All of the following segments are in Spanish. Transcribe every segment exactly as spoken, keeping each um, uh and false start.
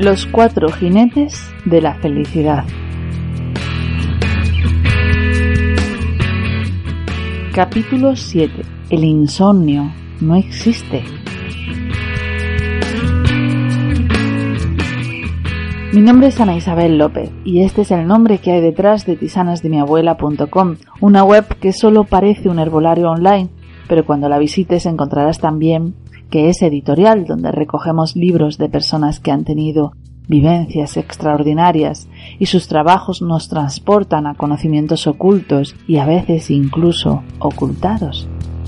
Los cuatro jinetes de la felicidad. Capítulo siete. El insomnio no existe. Mi nombre es Ana Isabel López y este es el nombre que hay detrás de tisanas de mi abuela punto com, una web que solo parece un herbolario online, pero cuando la visites encontrarás también que es editorial, donde recogemos libros de personas que han tenido vivencias extraordinarias y sus trabajos nos transportan a conocimientos ocultos y a veces incluso ocultados.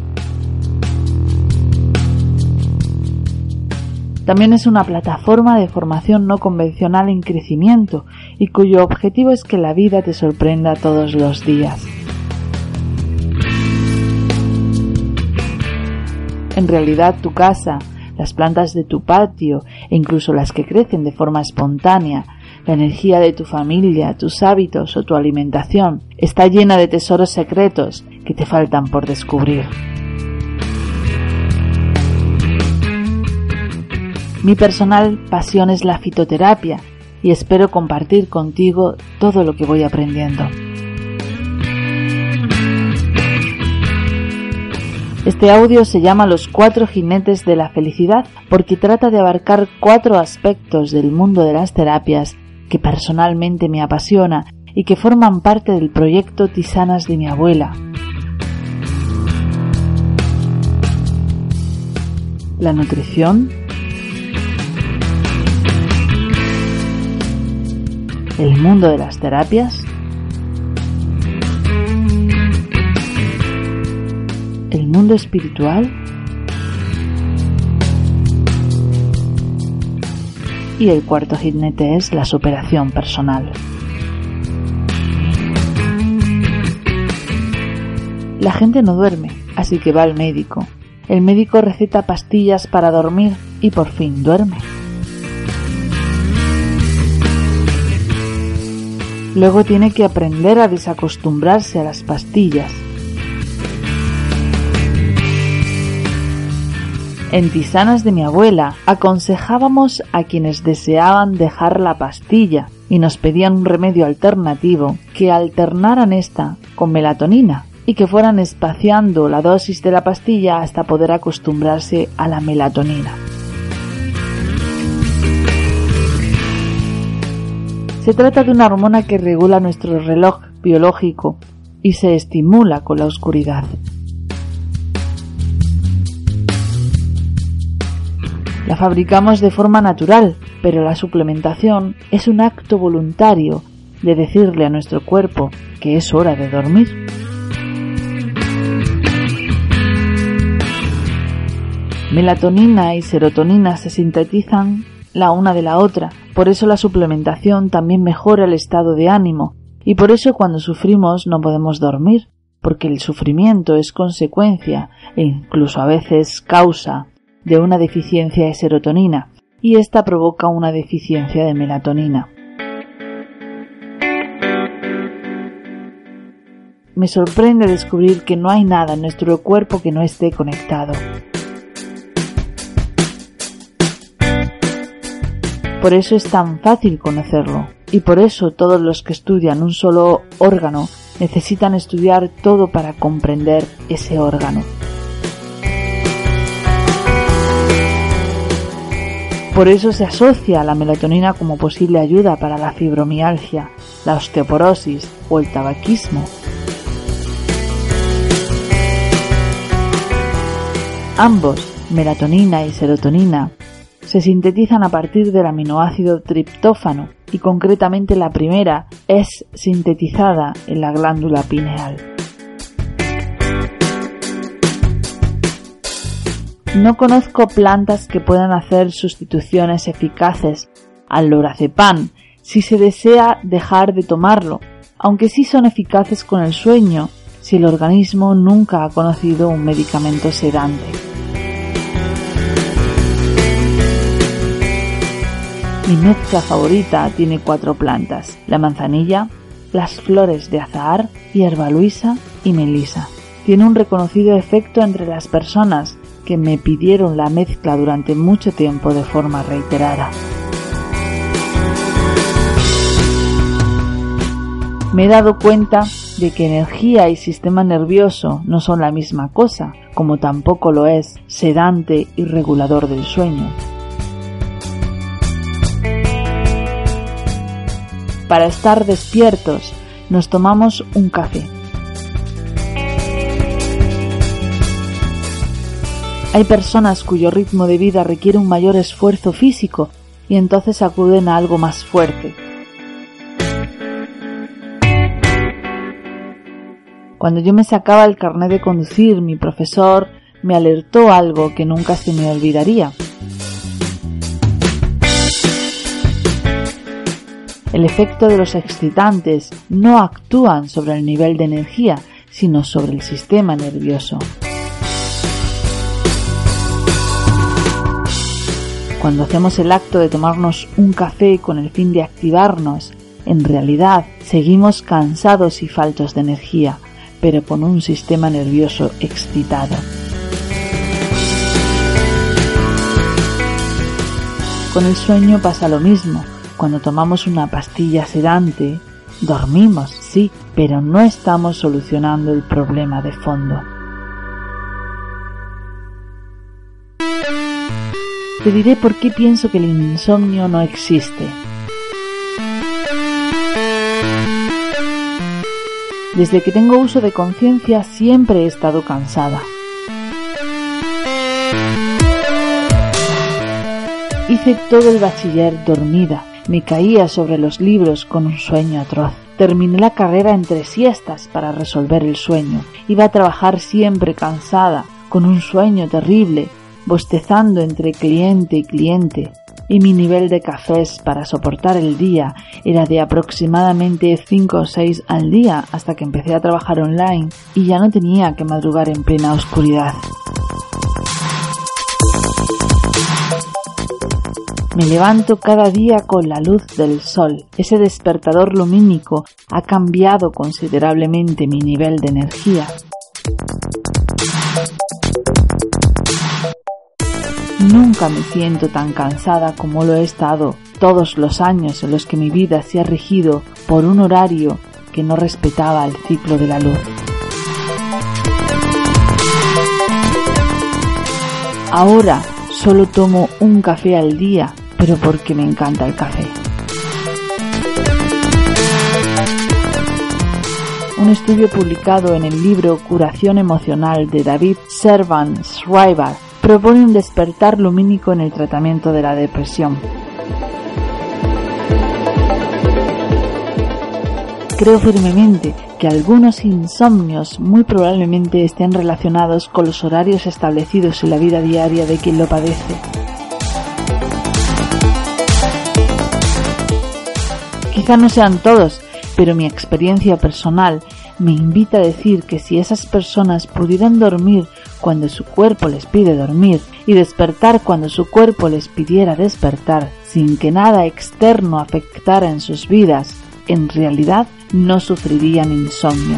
También es una plataforma de formación no convencional en crecimiento y cuyo objetivo es que la vida te sorprenda todos los días. En realidad, tu casa, las plantas de tu patio e incluso las que crecen de forma espontánea, la energía de tu familia, tus hábitos o tu alimentación está llena de tesoros secretos que te faltan por descubrir. Mi personal pasión es la fitoterapia y espero compartir contigo todo lo que voy aprendiendo. Este audio se llama Los cuatro jinetes de la felicidad porque trata de abarcar cuatro aspectos del mundo de las terapias que personalmente me apasiona y que forman parte del proyecto Tisanas de mi abuela. La nutrición, el mundo de las terapias, el mundo espiritual y el cuarto jinete es la superación personal. La gente no duerme, así que va al médico. El médico receta pastillas para dormir y por fin duerme. Luego tiene que aprender a desacostumbrarse a las pastillas. En Tisanas de mi abuela aconsejábamos a quienes deseaban dejar la pastilla y nos pedían un remedio alternativo que alternaran esta con melatonina y que fueran espaciando la dosis de la pastilla hasta poder acostumbrarse a la melatonina. Se trata de una hormona que regula nuestro reloj biológico y se estimula con la oscuridad. La fabricamos de forma natural, pero la suplementación es un acto voluntario de decirle a nuestro cuerpo que es hora de dormir. Melatonina y serotonina se sintetizan la una de la otra, por eso la suplementación también mejora el estado de ánimo y por eso cuando sufrimos no podemos dormir, porque el sufrimiento es consecuencia e incluso a veces causa de una deficiencia de serotonina y esta provoca una deficiencia de melatonina. Me sorprende descubrir que no hay nada en nuestro cuerpo que no esté conectado. Por eso es tan fácil conocerlo y por eso todos los que estudian un solo órgano necesitan estudiar todo para comprender ese órgano. Por eso se asocia a la melatonina como posible ayuda para la fibromialgia, la osteoporosis o el tabaquismo. Ambos, melatonina y serotonina, se sintetizan a partir del aminoácido triptófano y concretamente la primera es sintetizada en la glándula pineal. No conozco plantas que puedan hacer sustituciones eficaces al lorazepam si se desea dejar de tomarlo, aunque sí son eficaces con el sueño si el organismo nunca ha conocido un medicamento sedante. Mi mezcla favorita tiene cuatro plantas: la manzanilla, las flores de azahar, hierba luisa y melisa. Tiene un reconocido efecto entre las personas que me pidieron la mezcla durante mucho tiempo de forma reiterada. Me he dado cuenta de que energía y sistema nervioso no son la misma cosa, como tampoco lo es sedante y regulador del sueño. Para estar despiertos, nos tomamos un café. Hay personas cuyo ritmo de vida requiere un mayor esfuerzo físico y entonces acuden a algo más fuerte. Cuando yo me sacaba el carnet de conducir, mi profesor me alertó algo que nunca se me olvidaría. El efecto de los excitantes no actúan sobre el nivel de energía, sino sobre el sistema nervioso. Cuando hacemos el acto de tomarnos un café con el fin de activarnos, en realidad seguimos cansados y faltos de energía, pero con un sistema nervioso excitado. Con el sueño pasa lo mismo. Cuando tomamos una pastilla sedante, dormimos, sí, pero no estamos solucionando el problema de fondo. Te diré por qué pienso que el insomnio no existe. Desde que tengo uso de conciencia siempre he estado cansada. Hice todo el bachiller dormida. Me caía sobre los libros con un sueño atroz. Terminé la carrera entre siestas para resolver el sueño. Iba a trabajar siempre cansada, con un sueño terrible, bostezando entre cliente y cliente. Y mi nivel de cafés para soportar el día era de aproximadamente cinco o seis al día hasta que empecé a trabajar online y ya no tenía que madrugar en plena oscuridad. Me levanto cada día con la luz del sol. Ese despertador lumínico ha cambiado considerablemente mi nivel de energía. Nunca me siento tan cansada como lo he estado todos los años en los que mi vida se ha regido por un horario que no respetaba el ciclo de la luz. Ahora solo tomo un café al día, pero porque me encanta el café. Un estudio publicado en el libro Curación Emocional de David Servan-Schreiber propone un despertar lumínico en el tratamiento de la depresión. Creo firmemente que algunos insomnios muy probablemente estén relacionados con los horarios establecidos en la vida diaria de quien lo padece. Quizá no sean todos, pero mi experiencia personal me invita a decir que si esas personas pudieran dormir cuando su cuerpo les pide dormir y despertar cuando su cuerpo les pidiera despertar, sin que nada externo afectara en sus vidas, en realidad no sufrirían insomnio.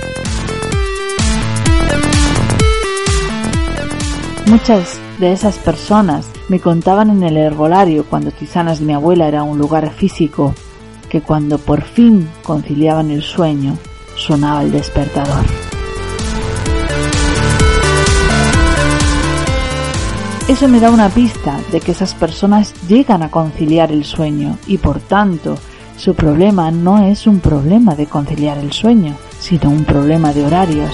Muchas de esas personas me contaban en el herbolario, cuando Tisanas de mi abuela era un lugar físico, que cuando por fin conciliaban el sueño, sonaba el despertador. Eso me da una pista de que esas personas llegan a conciliar el sueño y, por tanto, su problema no es un problema de conciliar el sueño, sino un problema de horarios.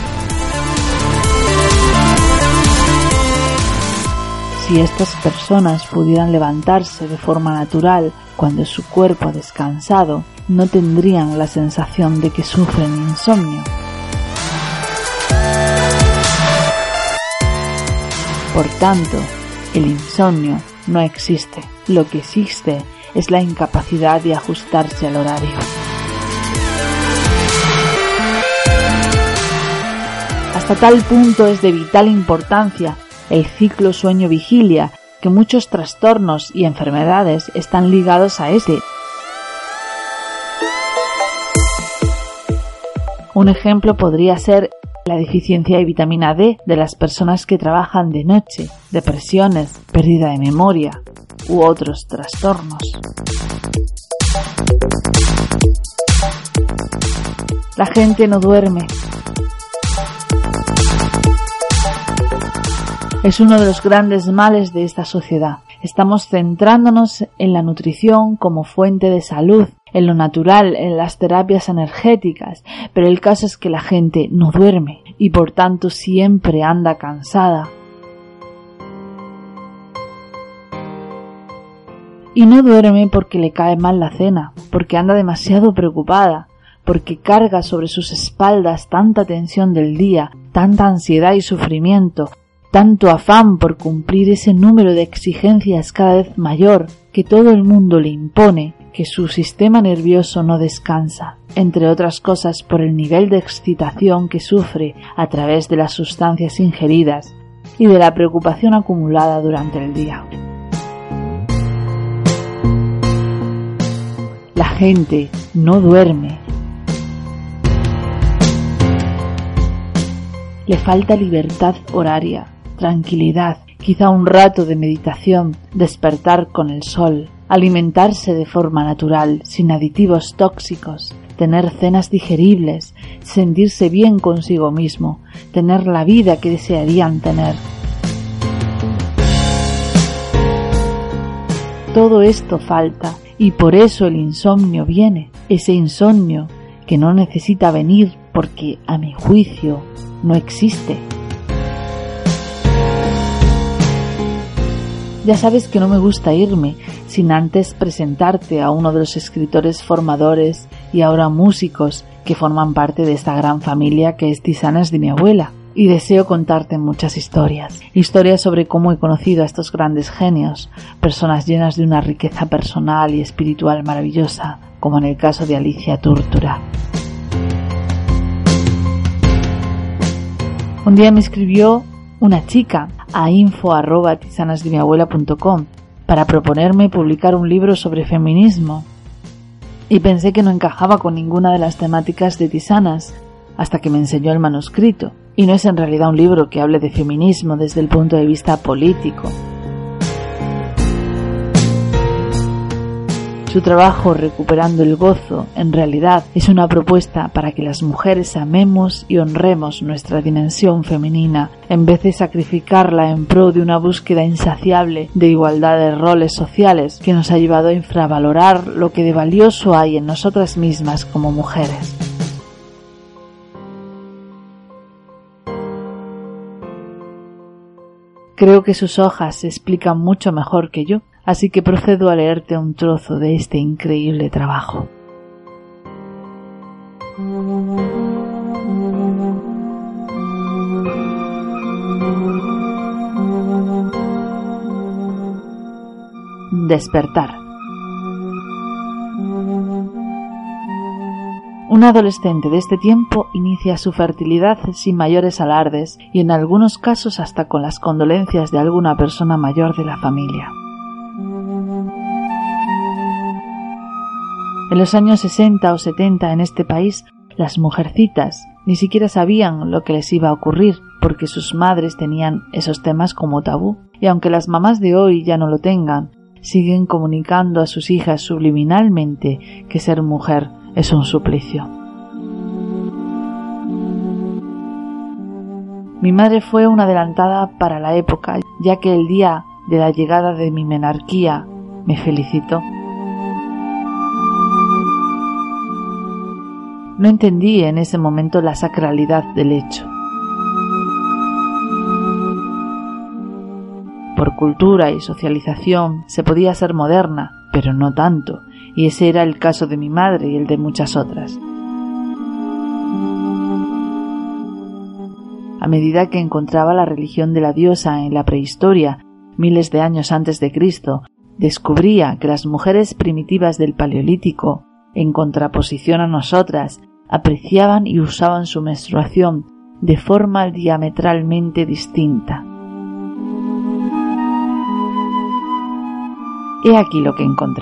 Si estas personas pudieran levantarse de forma natural cuando su cuerpo ha descansado, no tendrían la sensación de que sufren insomnio. Por tanto, el insomnio no existe. Lo que existe es la incapacidad de ajustarse al horario. Hasta tal punto es de vital importancia el ciclo sueño-vigilia que muchos trastornos y enfermedades están ligados a este. Un ejemplo podría ser la deficiencia de vitamina D de las personas que trabajan de noche, depresiones, pérdida de memoria u otros trastornos. La gente no duerme. Es uno de los grandes males de esta sociedad. Estamos centrándonos en la nutrición como fuente de salud, en lo natural, en las terapias energéticas, pero el caso es que la gente no duerme y por tanto siempre anda cansada. Y no duerme porque le cae mal la cena, porque anda demasiado preocupada, porque carga sobre sus espaldas tanta tensión del día, tanta ansiedad y sufrimiento, tanto afán por cumplir ese número de exigencias cada vez mayor que todo el mundo le impone, que su sistema nervioso no descansa, entre otras cosas por el nivel de excitación que sufre a través de las sustancias ingeridas y de la preocupación acumulada durante el día. La gente no duerme. Le falta libertad horaria, tranquilidad, quizá un rato de meditación, despertar con el sol, alimentarse de forma natural, sin aditivos tóxicos, tener cenas digeribles, sentirse bien consigo mismo, tener la vida que desearían tener. Todo esto falta y por eso el insomnio viene, ese insomnio que no necesita venir porque, a mi juicio, no existe. Ya sabes que no me gusta irme sin antes presentarte a uno de los escritores formadores y ahora músicos que forman parte de esta gran familia que es Tisanas de mi abuela. Y deseo contarte muchas historias. Historias sobre cómo he conocido a estos grandes genios, personas llenas de una riqueza personal y espiritual maravillosa, como en el caso de Alicia Tórtora. Un día me escribió una chica a info arroba tisanas de mi abuela punto com para proponerme publicar un libro sobre feminismo. Y pensé que no encajaba con ninguna de las temáticas de Tisanas, hasta que me enseñó el manuscrito. Y no es en realidad un libro que hable de feminismo desde el punto de vista político. Su trabajo Recuperando el Gozo, en realidad, es una propuesta para que las mujeres amemos y honremos nuestra dimensión femenina, en vez de sacrificarla en pro de una búsqueda insaciable de igualdad de roles sociales que nos ha llevado a infravalorar lo que de valioso hay en nosotras mismas como mujeres. Creo que sus hojas se explican mucho mejor que yo, así que procedo a leerte un trozo de este increíble trabajo. Despertar. Un adolescente de este tiempo inicia su fertilidad sin mayores alardes y en algunos casos hasta con las condolencias de alguna persona mayor de la familia. En los años sesenta o setenta en este país, las mujercitas ni siquiera sabían lo que les iba a ocurrir porque sus madres tenían esos temas como tabú. Y aunque las mamás de hoy ya no lo tengan, siguen comunicando a sus hijas subliminalmente que ser mujer es un suplicio. Mi madre fue una adelantada para la época, ya que el día de la llegada de mi menarquía me felicitó. No entendí en ese momento la sacralidad del hecho. Por cultura y socialización se podía ser moderna, pero no tanto, y ese era el caso de mi madre y el de muchas otras. A medida que encontraba la religión de la diosa en la prehistoria, miles de años antes de Cristo, descubría que las mujeres primitivas del Paleolítico, en contraposición a nosotras, apreciaban y usaban su menstruación de forma diametralmente distinta. He aquí lo que encontré.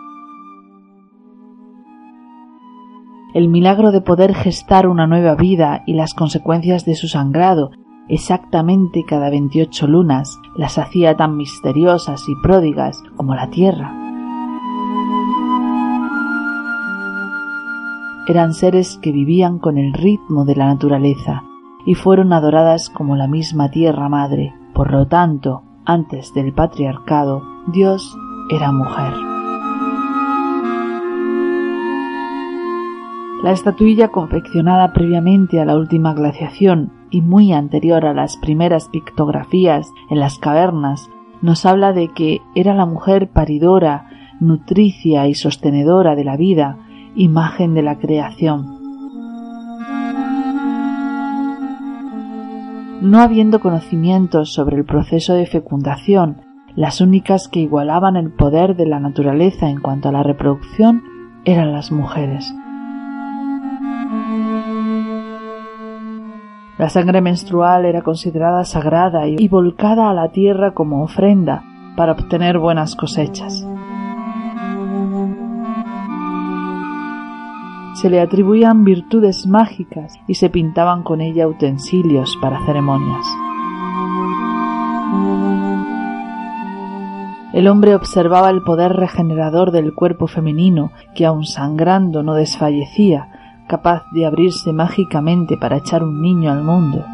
El milagro de poder gestar una nueva vida y las consecuencias de su sangrado, exactamente cada veintiocho lunas, las hacía tan misteriosas y pródigas como la tierra. eran seres que vivían con el ritmo de la naturaleza y fueron adoradas como la misma Tierra Madre. Por lo tanto, antes del patriarcado, Dios era mujer. La estatuilla, confeccionada previamente a la última glaciación y muy anterior a las primeras pictografías en las cavernas, nos habla de que era la mujer paridora, nutricia y sostenedora de la vida, imagen de la creación. No habiendo conocimientos sobre el proceso de fecundación, las únicas que igualaban el poder de la naturaleza en cuanto a la reproducción eran las mujeres. La sangre menstrual era considerada sagrada y volcada a la tierra como ofrenda para obtener buenas cosechas. Se le atribuían virtudes mágicas y se pintaban con ella utensilios para ceremonias. El hombre observaba el poder regenerador del cuerpo femenino, que aun sangrando no desfallecía, capaz de abrirse mágicamente para echar un niño al mundo.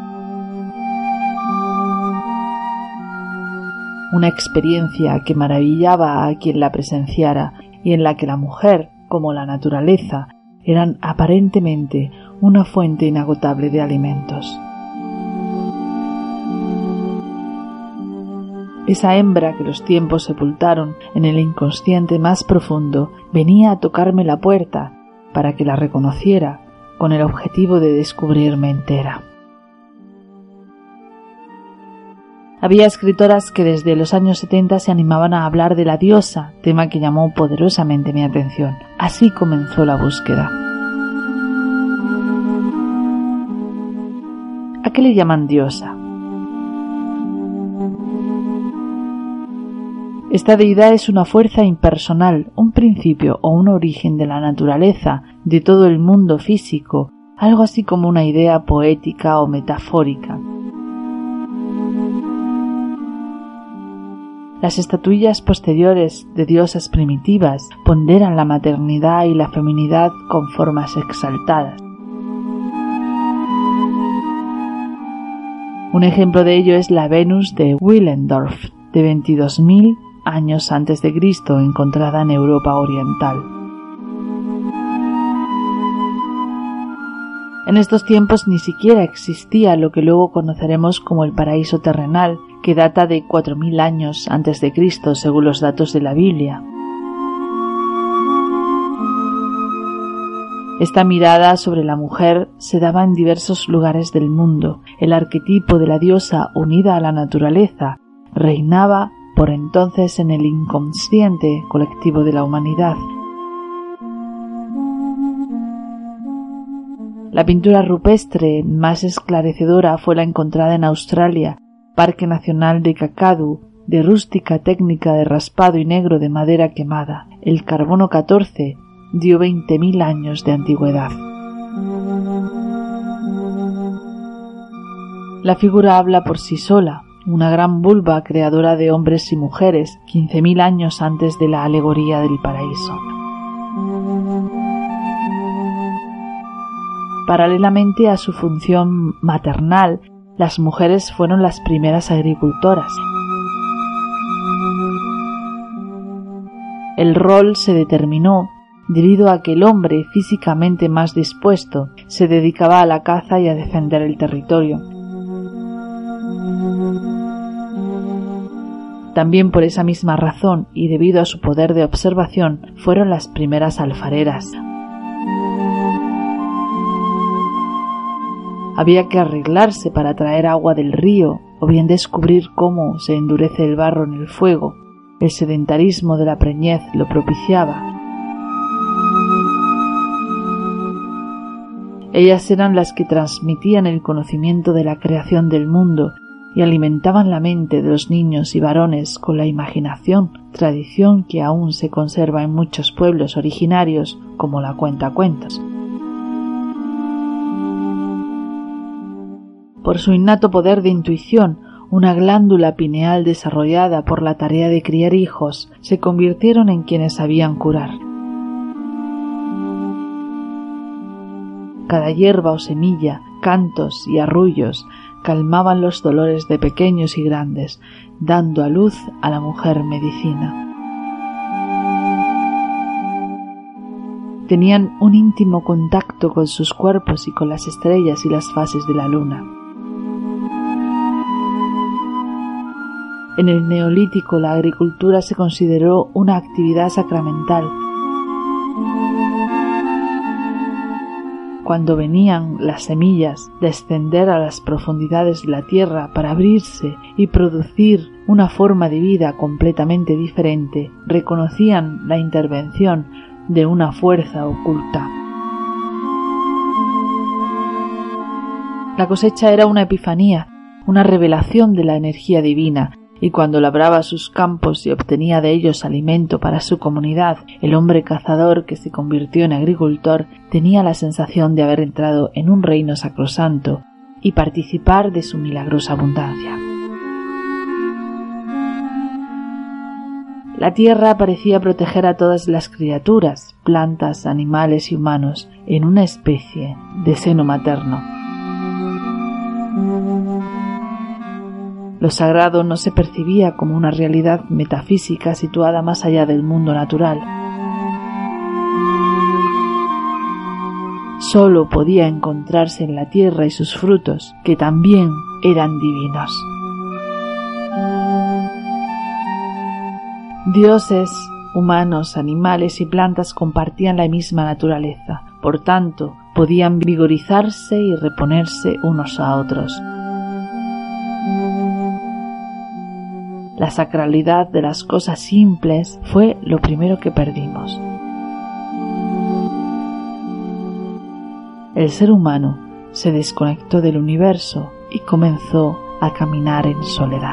Una experiencia que maravillaba a quien la presenciara y en la que la mujer, como la naturaleza, eran aparentemente una fuente inagotable de alimentos. Esa hembra que los tiempos sepultaron en el inconsciente más profundo venía a tocarme la puerta para que la reconociera con el objetivo de descubrirme entera. Había escritoras que desde los años setenta se animaban a hablar de la diosa, tema que llamó poderosamente mi atención. Así comenzó la búsqueda. ¿A qué le llaman diosa? Esta deidad es una fuerza impersonal, un principio o un origen de la naturaleza, de todo el mundo físico, algo así como una idea poética o metafórica. Las estatuillas posteriores de diosas primitivas ponderan la maternidad y la feminidad con formas exaltadas. Un ejemplo de ello es la Venus de Willendorf, de veintidós mil años antes de Cristo, encontrada en Europa Oriental. En estos tiempos ni siquiera existía lo que luego conoceremos como el paraíso terrenal, que data de cuatro mil años antes de Cristo, según los datos de la Biblia. Esta mirada sobre la mujer se daba en diversos lugares del mundo. El arquetipo de la diosa unida a la naturaleza reinaba por entonces en el inconsciente colectivo de la humanidad. La pintura rupestre más esclarecedora fue la encontrada en Australia, Parque Nacional de Kakadu, de rústica técnica de raspado y negro de madera quemada. El carbono catorce dio veinte mil años de antigüedad. La figura habla por sí sola, una gran vulva creadora de hombres y mujeres, quince mil años antes de la alegoría del paraíso. Paralelamente a su función maternal, las mujeres fueron las primeras agricultoras. El rol se determinó debido a que el hombre, físicamente más dispuesto, se dedicaba a la caza y a defender el territorio. También por esa misma razón y debido a su poder de observación, fueron las primeras alfareras. Había que arreglarse para traer agua del río o bien descubrir cómo se endurece el barro en el fuego. El sedentarismo de la preñez lo propiciaba. Ellas eran las que transmitían el conocimiento de la creación del mundo y alimentaban la mente de los niños y varones con la imaginación, tradición que aún se conserva en muchos pueblos originarios, como la cuentacuentos. Por su innato poder de intuición, una glándula pineal desarrollada por la tarea de criar hijos, se convirtieron en quienes sabían curar. Cada hierba o semilla, cantos y arrullos calmaban los dolores de pequeños y grandes, dando a luz a la mujer medicina. Tenían un íntimo contacto con sus cuerpos y con las estrellas y las fases de la luna. En el Neolítico la agricultura se consideró una actividad sacramental. Cuando venían las semillas, descender a las profundidades de la tierra para abrirse y producir una forma de vida completamente diferente, reconocían la intervención de una fuerza oculta. La cosecha era una epifanía, una revelación de la energía divina, y cuando labraba sus campos y obtenía de ellos alimento para su comunidad, el hombre cazador que se convirtió en agricultor tenía la sensación de haber entrado en un reino sacrosanto y participar de su milagrosa abundancia. La tierra parecía proteger a todas las criaturas, plantas, animales y humanos, en una especie de seno materno. Lo sagrado no se percibía como una realidad metafísica situada más allá del mundo natural. Solo podía encontrarse en la tierra y sus frutos, que también eran divinos. Dioses, humanos, animales y plantas compartían la misma naturaleza, por tanto, podían vigorizarse y reponerse unos a otros. La sacralidad de las cosas simples fue lo primero que perdimos. El ser humano se desconectó del universo y comenzó a caminar en soledad.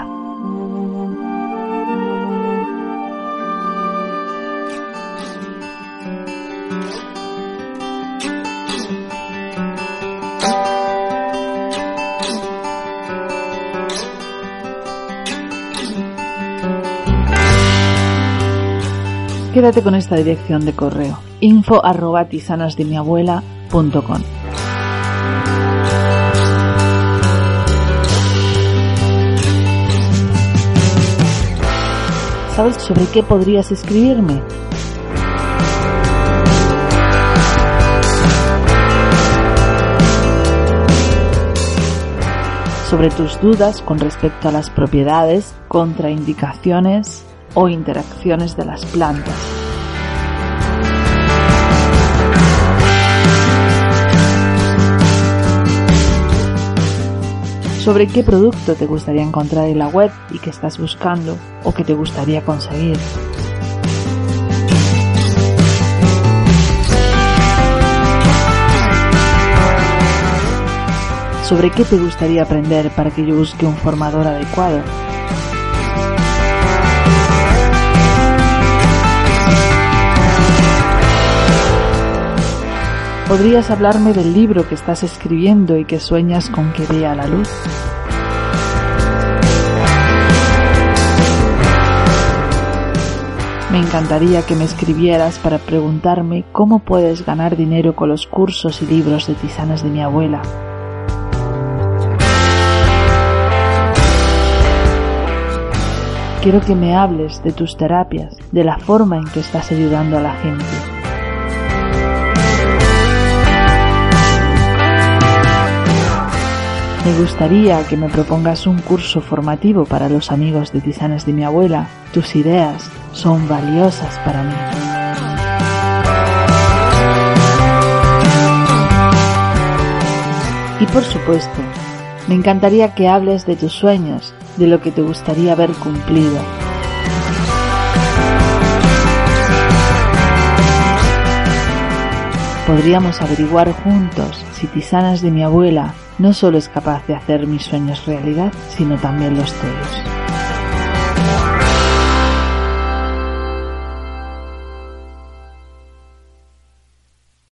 Quédate con esta dirección de correo: info arroba tisanasdemiabuela punto com. ¿Sabes sobre qué podrías escribirme? Sobre tus dudas con respecto a las propiedades, contraindicaciones o interacciones de las plantas. Sobre qué producto te gustaría encontrar en la web y que estás buscando o que te gustaría conseguir. Sobre qué te gustaría aprender para que yo busque un formador adecuado. ¿Podrías hablarme del libro que estás escribiendo y que sueñas con que vea la luz? Me encantaría que me escribieras para preguntarme cómo puedes ganar dinero con los cursos y libros de Tisanas de mi abuela. Quiero que me hables de tus terapias, de la forma en que estás ayudando a la gente. Me gustaría que me propongas un curso formativo para los amigos de Tisanas de mi abuela. Tus ideas son valiosas para mí. Y por supuesto, me encantaría que hables de tus sueños, de lo que te gustaría haber cumplido. Podríamos averiguar juntos si Tisanas de mi abuela no solo es capaz de hacer mis sueños realidad, sino también los tuyos.